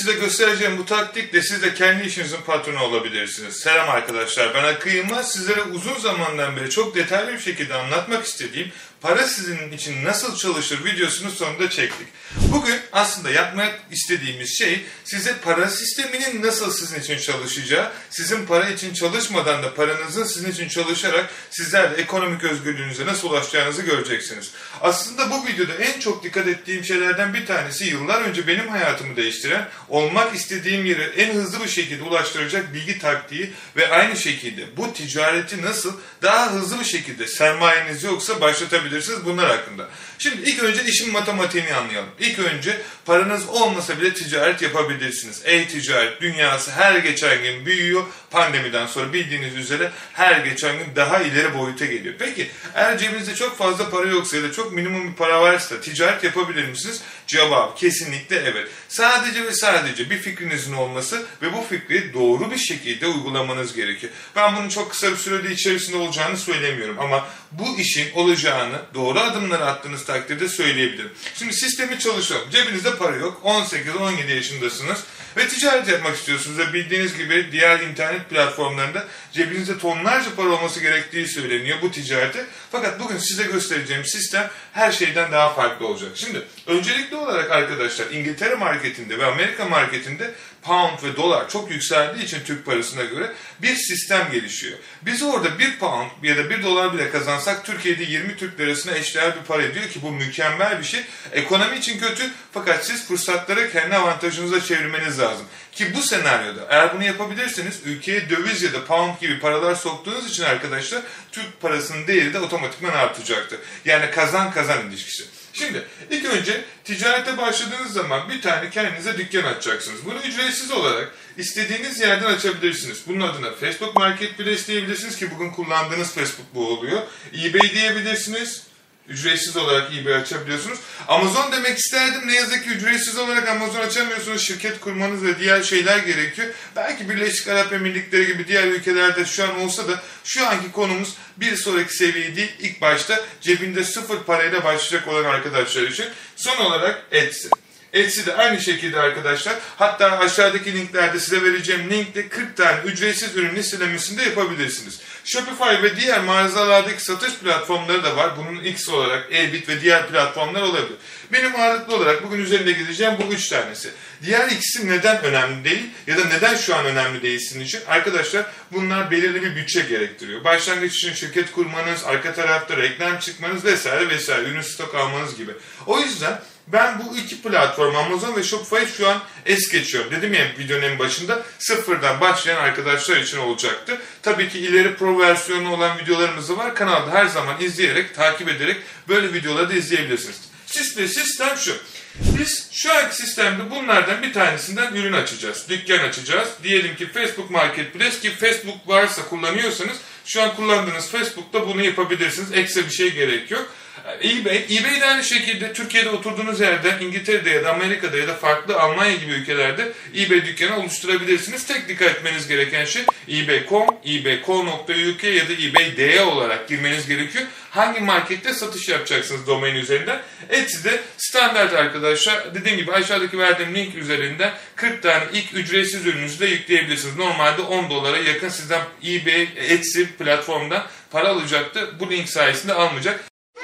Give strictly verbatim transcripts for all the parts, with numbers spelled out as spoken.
size göstereceğim bu taktikle siz de kendi işinizin patronu olabilirsiniz. Selam arkadaşlar, ben Hakkı Yılmaz. Sizlere uzun zamandan beri çok detaylı bir şekilde anlatmak istediğim para sizin için nasıl çalışır videosunu sonunda çektik. Bugün aslında yapmak istediğimiz şey size para sisteminin nasıl sizin için çalışacağı, sizin para için çalışmadan da paranızın sizin için çalışarak sizler de ekonomik özgürlüğünüze nasıl ulaşacağınızı göreceksiniz. Aslında bu videoda en çok dikkat ettiğim şeylerden bir tanesi yıllar önce benim hayatımı değiştiren, olmak istediğim yere en hızlı bir şekilde ulaştıracak bilgi taktiği ve aynı şekilde bu ticareti nasıl daha hızlı bir şekilde sermayeniz yoksa başlatabilirsiniz bunlar hakkında. Şimdi ilk önce işin matematiğini anlayalım. İlk önce paranız olmasa bile ticaret yapabilirsiniz. E-ticaret dünyası her geçen gün büyüyor. Pandemiden sonra bildiğiniz üzere her geçen gün daha ileri boyuta geliyor. Peki eğer cebinizde çok fazla para yoksa ya da çok minimum bir para varsa ticaret yapabilir misiniz? Cevap kesinlikle evet. Sadece ve sadece bir fikrinizin olması ve bu fikri doğru bir şekilde uygulamanız gerekiyor. Ben bunun çok kısa bir sürede içerisinde olacağını söylemiyorum ama bu işin olacağını doğru adımları attığınız takdirde söyleyebilirim. Şimdi sistemi çalışalım. Cebinizde para yok. on sekiz on yedi yaşındasınız ve ticaret yapmak istiyorsunuz ve bildiğiniz gibi diğer internet platformlarında cebinizde tonlarca para olması gerektiği söyleniyor bu ticarete. Fakat bugün size göstereceğim sistem her şeyden daha farklı olacak. Şimdi öncelikli olarak arkadaşlar İngiltere marketinde ve Amerika marketinde pound ve dolar çok yükseldiği için Türk parasına göre bir sistem gelişiyor. Biz orada bir pound ya da bir dolar bile kazansak Türkiye'de yirmi Türk lirasına eşdeğer bir para ediyor ki bu mükemmel bir şey. Ekonomi için kötü fakat siz fırsatları kendi avantajınıza çevirmeniz lazım. Ki bu senaryoda eğer bunu yapabilirseniz ülkeye döviz ya da pound gibi paralar soktuğunuz için arkadaşlar Türk parasının değeri de otomatikman artacaktır. Yani kazan kazan ilişkisi. Şimdi ilk önce ticarete başladığınız zaman bir tane kendinize dükkan açacaksınız. Bunu ücretsiz olarak istediğiniz yerden açabilirsiniz. Bunun adına Facebook Marketplace diyebilirsiniz ki bugün kullandığınız Facebook bu oluyor. eBay diyebilirsiniz. Ücretsiz olarak eBay açabiliyorsunuz. Amazon demek isterdim. Ne yazık ki ücretsiz olarak Amazon açamıyorsunuz. Şirket kurmanız ve diğer şeyler gerekiyor. Belki Birleşik Arap Emirlikleri gibi diğer ülkelerde şu an olsa da şu anki konumuz bir sonraki seviye değil. İlk başta cebinde sıfır parayla başlayacak olan arkadaşlar için. Son olarak Etsy. Etsy de aynı şekilde arkadaşlar. Hatta aşağıdaki linklerde size vereceğim linkle kırk tane ücretsiz ürün listelemesini de yapabilirsiniz. Shopify ve diğer mağazalardaki satış platformları da var. Bunun X olarak Elbit ve diğer platformlar olabilir. Benim ağırlıklı olarak bugün üzerinde gideceğim bu üç tanesi. Diğer ikisi neden önemli değil ya da neden şu an önemli değil sizin için? Arkadaşlar bunlar belirli bir bütçe gerektiriyor. Başlangıç için şirket kurmanız, arka tarafta reklam çıkmanız vesaire vesaire, ürün stok almanız gibi. O yüzden ben bu iki platform Amazon ve Shopify şu an es geçiyorum. Dedim ya videonun en başında sıfırdan başlayan arkadaşlar için olacaktı. Tabii ki ileri pro versiyonu olan videolarımız da var. Kanalda her zaman izleyerek, takip ederek böyle videoları da izleyebilirsiniz. Sistem, sistem şu. Biz şu anki sistemde bunlardan bir tanesinden ürün açacağız. Dükkan açacağız. Diyelim ki Facebook Marketplace ki Facebook varsa kullanıyorsanız şu an kullandığınız Facebook'ta bunu yapabilirsiniz. Ekstra bir şey gerek yok. eBay, eBay'de aynı şekilde Türkiye'de oturduğunuz yerden İngiltere'de ya da Amerika'da ya da farklı Almanya gibi ülkelerde eBay dükkanı oluşturabilirsiniz. Tek dikkat etmeniz gereken şey ebay nokta com, ebay nokta co nokta uk ya da ebay nokta de olarak girmeniz gerekiyor. Hangi markette satış yapacaksınız domain üzerinden? Etsy'de standart arkadaşlar. Dediğim gibi aşağıdaki verdiğim link üzerinden kırk tane ilk ücretsiz ürününüzü de yükleyebilirsiniz. Normalde on dolara yakın sizden eBay, Etsy platformdan para alacaktı. Bu link sayesinde almayacak.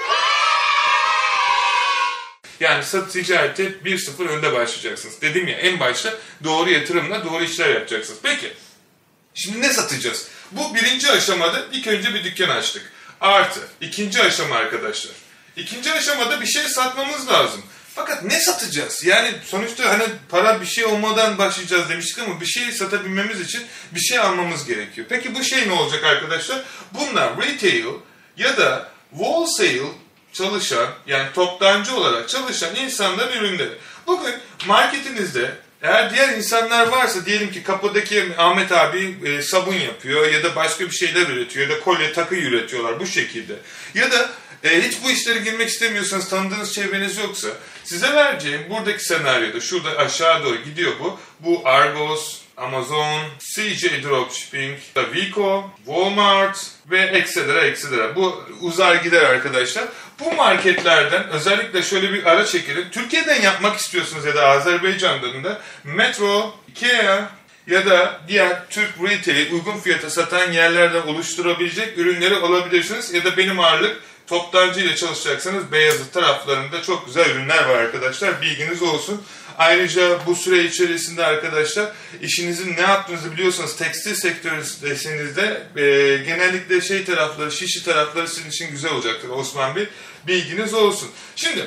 Yani satış ticarete bir sıfır önde başlayacaksınız. Dedim ya en başta doğru yatırımla doğru işler yapacaksınız. Peki şimdi ne satacağız? Bu birinci aşamada ilk önce bir dükkan açtık. Artı ikinci aşama arkadaşlar. İkinci aşamada bir şey satmamız lazım. Fakat ne satacağız? Yani sonuçta hani para bir şey olmadan başlayacağız demiştik ama bir şey satabilmemiz için bir şey almamız gerekiyor. Peki bu şey ne olacak arkadaşlar? Bunlar retail ya da wholesale çalışan yani toptancı olarak çalışan insanların ürünleri. Bugün marketinizde eğer diğer insanlar varsa diyelim ki kapıdaki Ahmet abi e, sabun yapıyor ya da başka bir şeyler üretiyor ya da kolye takı üretiyorlar bu şekilde. Ya da e, hiç bu işlere girmek istemiyorsanız tanıdığınız çevreniz yoksa size vereceğim buradaki senaryoda şurada aşağı doğru gidiyor bu. Bu Argos, Amazon, C J Dropshipping, Vico, Walmart ve et cetera et cetera. Bu uzar gider arkadaşlar. Bu marketlerden özellikle şöyle bir ara çekelim. Türkiye'den yapmak istiyorsunuz ya da Azerbaycan'dan da Metro, Ikea ya da diğer Türk retail uygun fiyata satan yerlerden oluşturabilecek ürünleri alabilirsiniz. Ya da benim ağırlık toptancı ile çalışacaksanız Beyazıt taraflarında çok güzel ürünler var arkadaşlar. Bilginiz olsun. Ayrıca bu süre içerisinde arkadaşlar işinizin ne yaptığınızı biliyorsanız tekstil sektöründesinizde e, genellikle şey tarafları, Şişli tarafları sizin için güzel olacaktır Osman Bey. Bilginiz olsun. Şimdi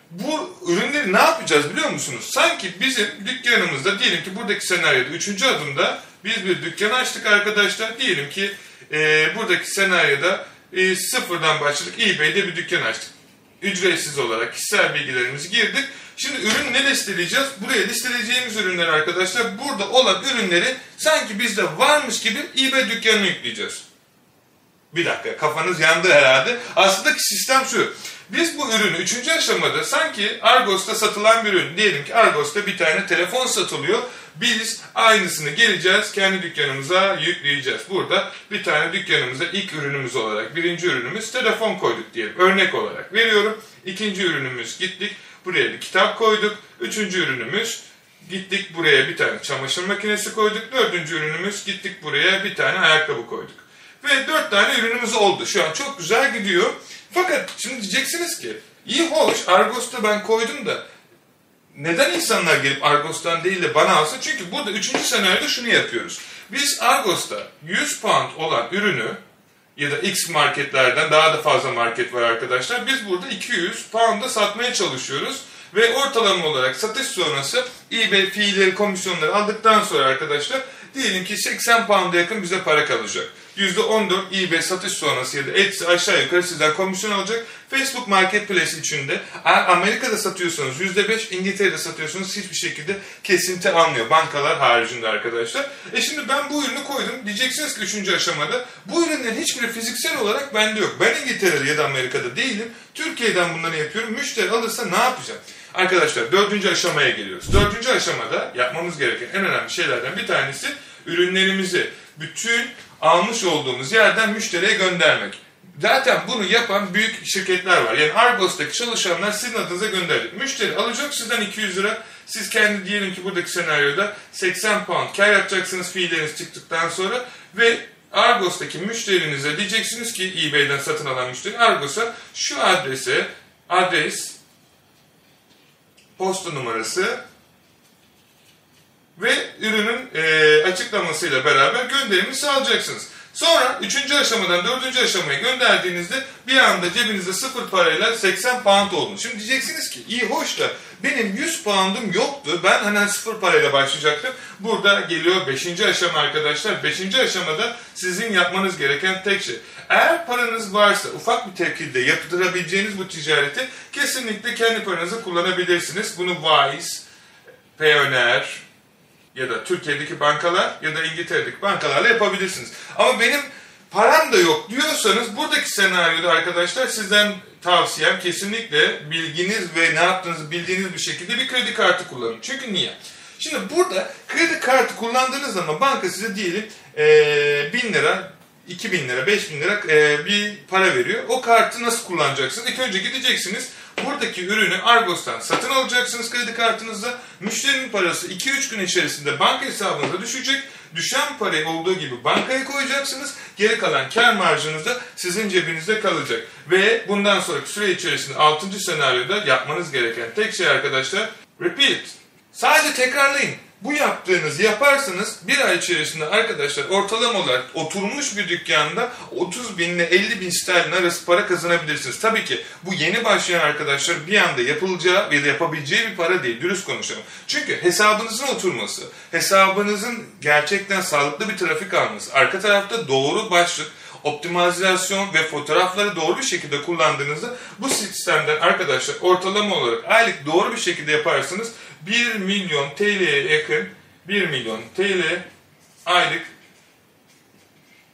bu ürünleri ne yapacağız biliyor musunuz? Sanki bizim dükkanımızda diyelim ki buradaki senaryoda üçüncü adımda biz bir dükkan açtık arkadaşlar. Diyelim ki e, buradaki senaryoda e, sıfırdan başladık. eBay'de bir dükkan açtık. Ücretsiz olarak kişisel bilgilerimizi girdik. Şimdi ürün ne listeleyeceğiz? Buraya listeleyeceğimiz ürünler arkadaşlar burada olan ürünleri sanki bizde varmış gibi eBay dükkanına yükleyeceğiz. Bir dakika kafanız yandı herhalde. Aslında sistem şu. Biz bu ürünü üçüncü aşamada sanki Argos'ta satılan bir ürün. Diyelim ki Argos'ta bir tane telefon satılıyor. Biz aynısını geleceğiz kendi dükkanımıza yükleyeceğiz. Burada bir tane dükkanımıza ilk ürünümüz olarak birinci ürünümüz telefon koyduk diyelim. Örnek olarak veriyorum. İkinci ürünümüz gittik. Buraya bir kitap koyduk. Üçüncü ürünümüz gittik buraya bir tane çamaşır makinesi koyduk. Dördüncü ürünümüz gittik buraya bir tane ayakkabı koyduk. Ve dört tane ürünümüz oldu. Şu an çok güzel gidiyor. Fakat şimdi diyeceksiniz ki iyi hoş Argos'ta ben koydum da neden insanlar gelip Argos'tan değil de bana alsın? Çünkü burada üçüncü senaryoda şunu yapıyoruz. Biz Argos'ta yüz pound olan ürünü ya da X marketlerden daha da fazla market var arkadaşlar. Biz burada iki yüz pound'a satmaya çalışıyoruz. Ve ortalama olarak satış sonrası eBay fiilleri, komisyonları aldıktan sonra arkadaşlar diyelim ki seksen pound'a yakın bize para kalacak. yüzde on dört eBay satış sonrası ya da Etsy aşağı yukarı sizden komisyon alacak. Facebook Marketplace içinde Amerika'da satıyorsanız yüzde beş, İngiltere'de satıyorsanız hiçbir şekilde kesinti almıyor. Bankalar haricinde arkadaşlar. E şimdi ben bu ürünü koydum. Diyeceksiniz ki üçüncü aşamada bu ürünlerin hiçbiri fiziksel olarak bende yok. Ben İngiltere'de ya da Amerika'da değilim. Türkiye'den bunları yapıyorum. Müşteri alırsa ne yapacağım? Arkadaşlar dördüncü aşamaya geliyoruz. Dördüncü aşamada yapmamız gereken en önemli şeylerden bir tanesi ürünlerimizi bütün almış olduğumuz yerden müşteriye göndermek. Zaten bunu yapan büyük şirketler var. Yani Argos'taki çalışanlar sizin adınıza gönderecek. Müşteri alacak sizden iki yüz lira. Siz kendi diyelim ki buradaki senaryoda seksen pound kar yapacaksınız fiilleriniz çıktıktan sonra ve Argos'taki müşterinize diyeceksiniz ki eBay'den satın alan müşteri Argos'a şu adrese adres, posta numarası ve ürünün e, açıklamasıyla beraber gönderimi sağlayacaksınız. Sonra üçüncü aşamadan dördüncü aşamaya gönderdiğinizde bir anda cebinizde sıfır parayla seksen pound oldu. Şimdi diyeceksiniz ki iyi hoş da benim yüz pound'um yoktu. Ben hemen sıfır parayla başlayacaktım. Burada geliyor beşinci aşama arkadaşlar. beşinci aşamada sizin yapmanız gereken tek şey. Eğer paranız varsa ufak bir şekilde yaptırabileceğiniz bu ticareti kesinlikle kendi paranızı kullanabilirsiniz. Bunu Wise, Payoneer ya da Türkiye'deki bankalar ya da İngiltere'deki bankalarla yapabilirsiniz. Ama benim param da yok diyorsanız buradaki senaryoda arkadaşlar sizden tavsiyem kesinlikle bilginiz ve ne yaptığınızı bildiğiniz bir şekilde bir kredi kartı kullanın. Çünkü niye? Şimdi burada kredi kartı kullandığınız zaman banka size diyelim ee, bin lira, iki bin lira, beş bin lira e, bir para veriyor. O kartı nasıl kullanacaksınız? İlk önce gideceksiniz. Buradaki ürünü Argos'tan satın alacaksınız kredi kartınızda. Müşterinin parası iki üç gün içerisinde banka hesabınıza düşecek. Düşen parayı olduğu gibi bankaya koyacaksınız. Geri kalan kar marjınız da sizin cebinizde kalacak. Ve bundan sonraki süre içerisinde altıncı senaryoda yapmanız gereken tek şey arkadaşlar repeat. Sadece tekrarlayın. Bu yaptığınızı yaparsanız bir ay içerisinde arkadaşlar ortalama olarak oturmuş bir dükkanda otuz bin ile elli bin sterlin arası para kazanabilirsiniz. Tabii ki bu yeni başlayan arkadaşlar bir anda yapılacağı ya da yapabileceği bir para değil. Dürüst konuşalım. Çünkü hesabınızın oturması, hesabınızın gerçekten sağlıklı bir trafik alması, arka tarafta doğru başlık, optimizasyon ve fotoğrafları doğru bir şekilde kullandığınızda bu sistemden arkadaşlar ortalama olarak aylık doğru bir şekilde yaparsanız bir milyon T L'ye yakın bir milyon T L aylık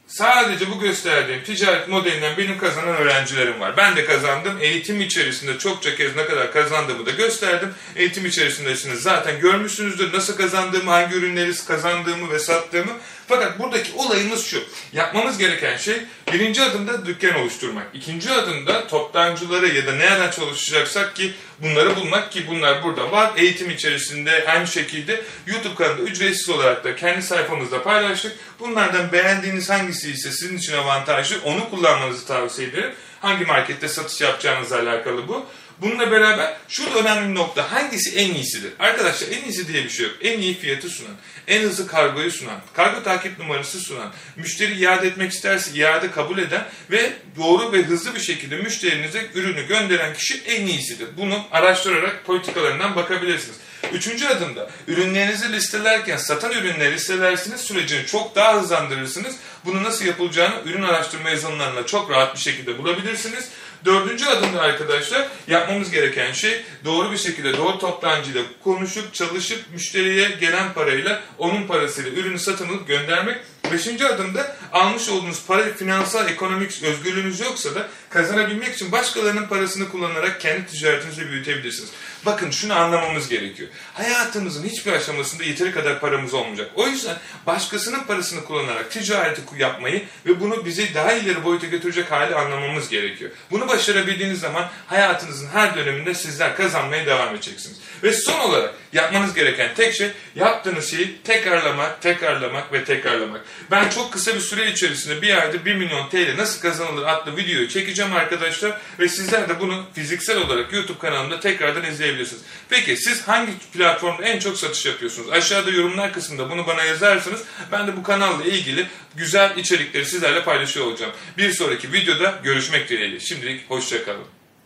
Sadece bu gösterdiğim ticaret modelinden benim kazanan öğrencilerim var. Ben de kazandım. Eğitim içerisinde çokça kez ne kadar kazandığımı da gösterdim. Eğitim içerisindesiniz. Zaten görmüşsünüzdür nasıl kazandığımı, hangi ürünleri kazandığımı ve sattığımı. Fakat buradaki olayımız şu. Yapmamız gereken şey birinci adımda dükkan oluşturmak. İkinci adımda toptancıları ya da nereden çalışacaksak ki bunları bulmak ki bunlar burada var. Eğitim içerisinde aynı şekilde YouTube kanalında ücretsiz olarak da kendi sayfamızda paylaştık. Bunlardan beğendiğiniz hangisi ise sizin için avantajlı onu kullanmanızı tavsiye ederim. Hangi markette satış yapacağınızla alakalı bu. Bununla beraber şurada önemli bir nokta hangisi en iyisidir? Arkadaşlar en iyisi diye bir şey yok. En iyi fiyatı sunan, en hızlı kargoyu sunan, kargo takip numarası sunan, müşteri iade etmek isterse iade kabul eden ve doğru ve hızlı bir şekilde müşterinize ürünü gönderen kişi en iyisidir. Bunu araştırarak politikalarından bakabilirsiniz. Üçüncü adımda ürünlerinizi listelerken satan ürünleri listelersiniz, sürecini çok daha hızlandırırsınız. Bunu nasıl yapılacağını ürün araştırma yazılımlarına çok rahat bir şekilde bulabilirsiniz. Dördüncü adımda arkadaşlar yapmamız gereken şey doğru bir şekilde doğru toptancıyla konuşup çalışıp müşteriye gelen parayla onun parasıyla ürünü satın alıp göndermek. Beşinci adımda almış olduğunuz para finansal ekonomik özgürlüğünüz yoksa da kazanabilmek için başkalarının parasını kullanarak kendi ticaretinizi büyütebilirsiniz. Bakın şunu anlamamız gerekiyor. Hayatımızın hiçbir aşamasında yeteri kadar paramız olmayacak. O yüzden başkasının parasını kullanarak ticareti yapmayı ve bunu bizi daha ileri boyuta götürecek hale anlamamız gerekiyor. Bunu başarabildiğiniz zaman hayatınızın her döneminde sizler kazanmaya devam edeceksiniz. Ve son olarak yapmanız gereken tek şey yaptığınız şeyi tekrarlamak, tekrarlamak ve tekrarlamak. Ben çok kısa bir süre içerisinde bir ayda bir milyon T L nasıl kazanılır adlı videoyu çekeceğim arkadaşlar. Ve sizler de bunu fiziksel olarak YouTube kanalımda tekrardan izleyebilirsiniz. Peki siz hangi platformda en çok satış yapıyorsunuz? Aşağıda yorumlar kısmında bunu bana yazarsanız ben de bu kanalla ilgili güzel içerikleri sizlerle paylaşıyor olacağım. Bir sonraki videoda görüşmek dileğiyle. Şimdilik hoşça kalın.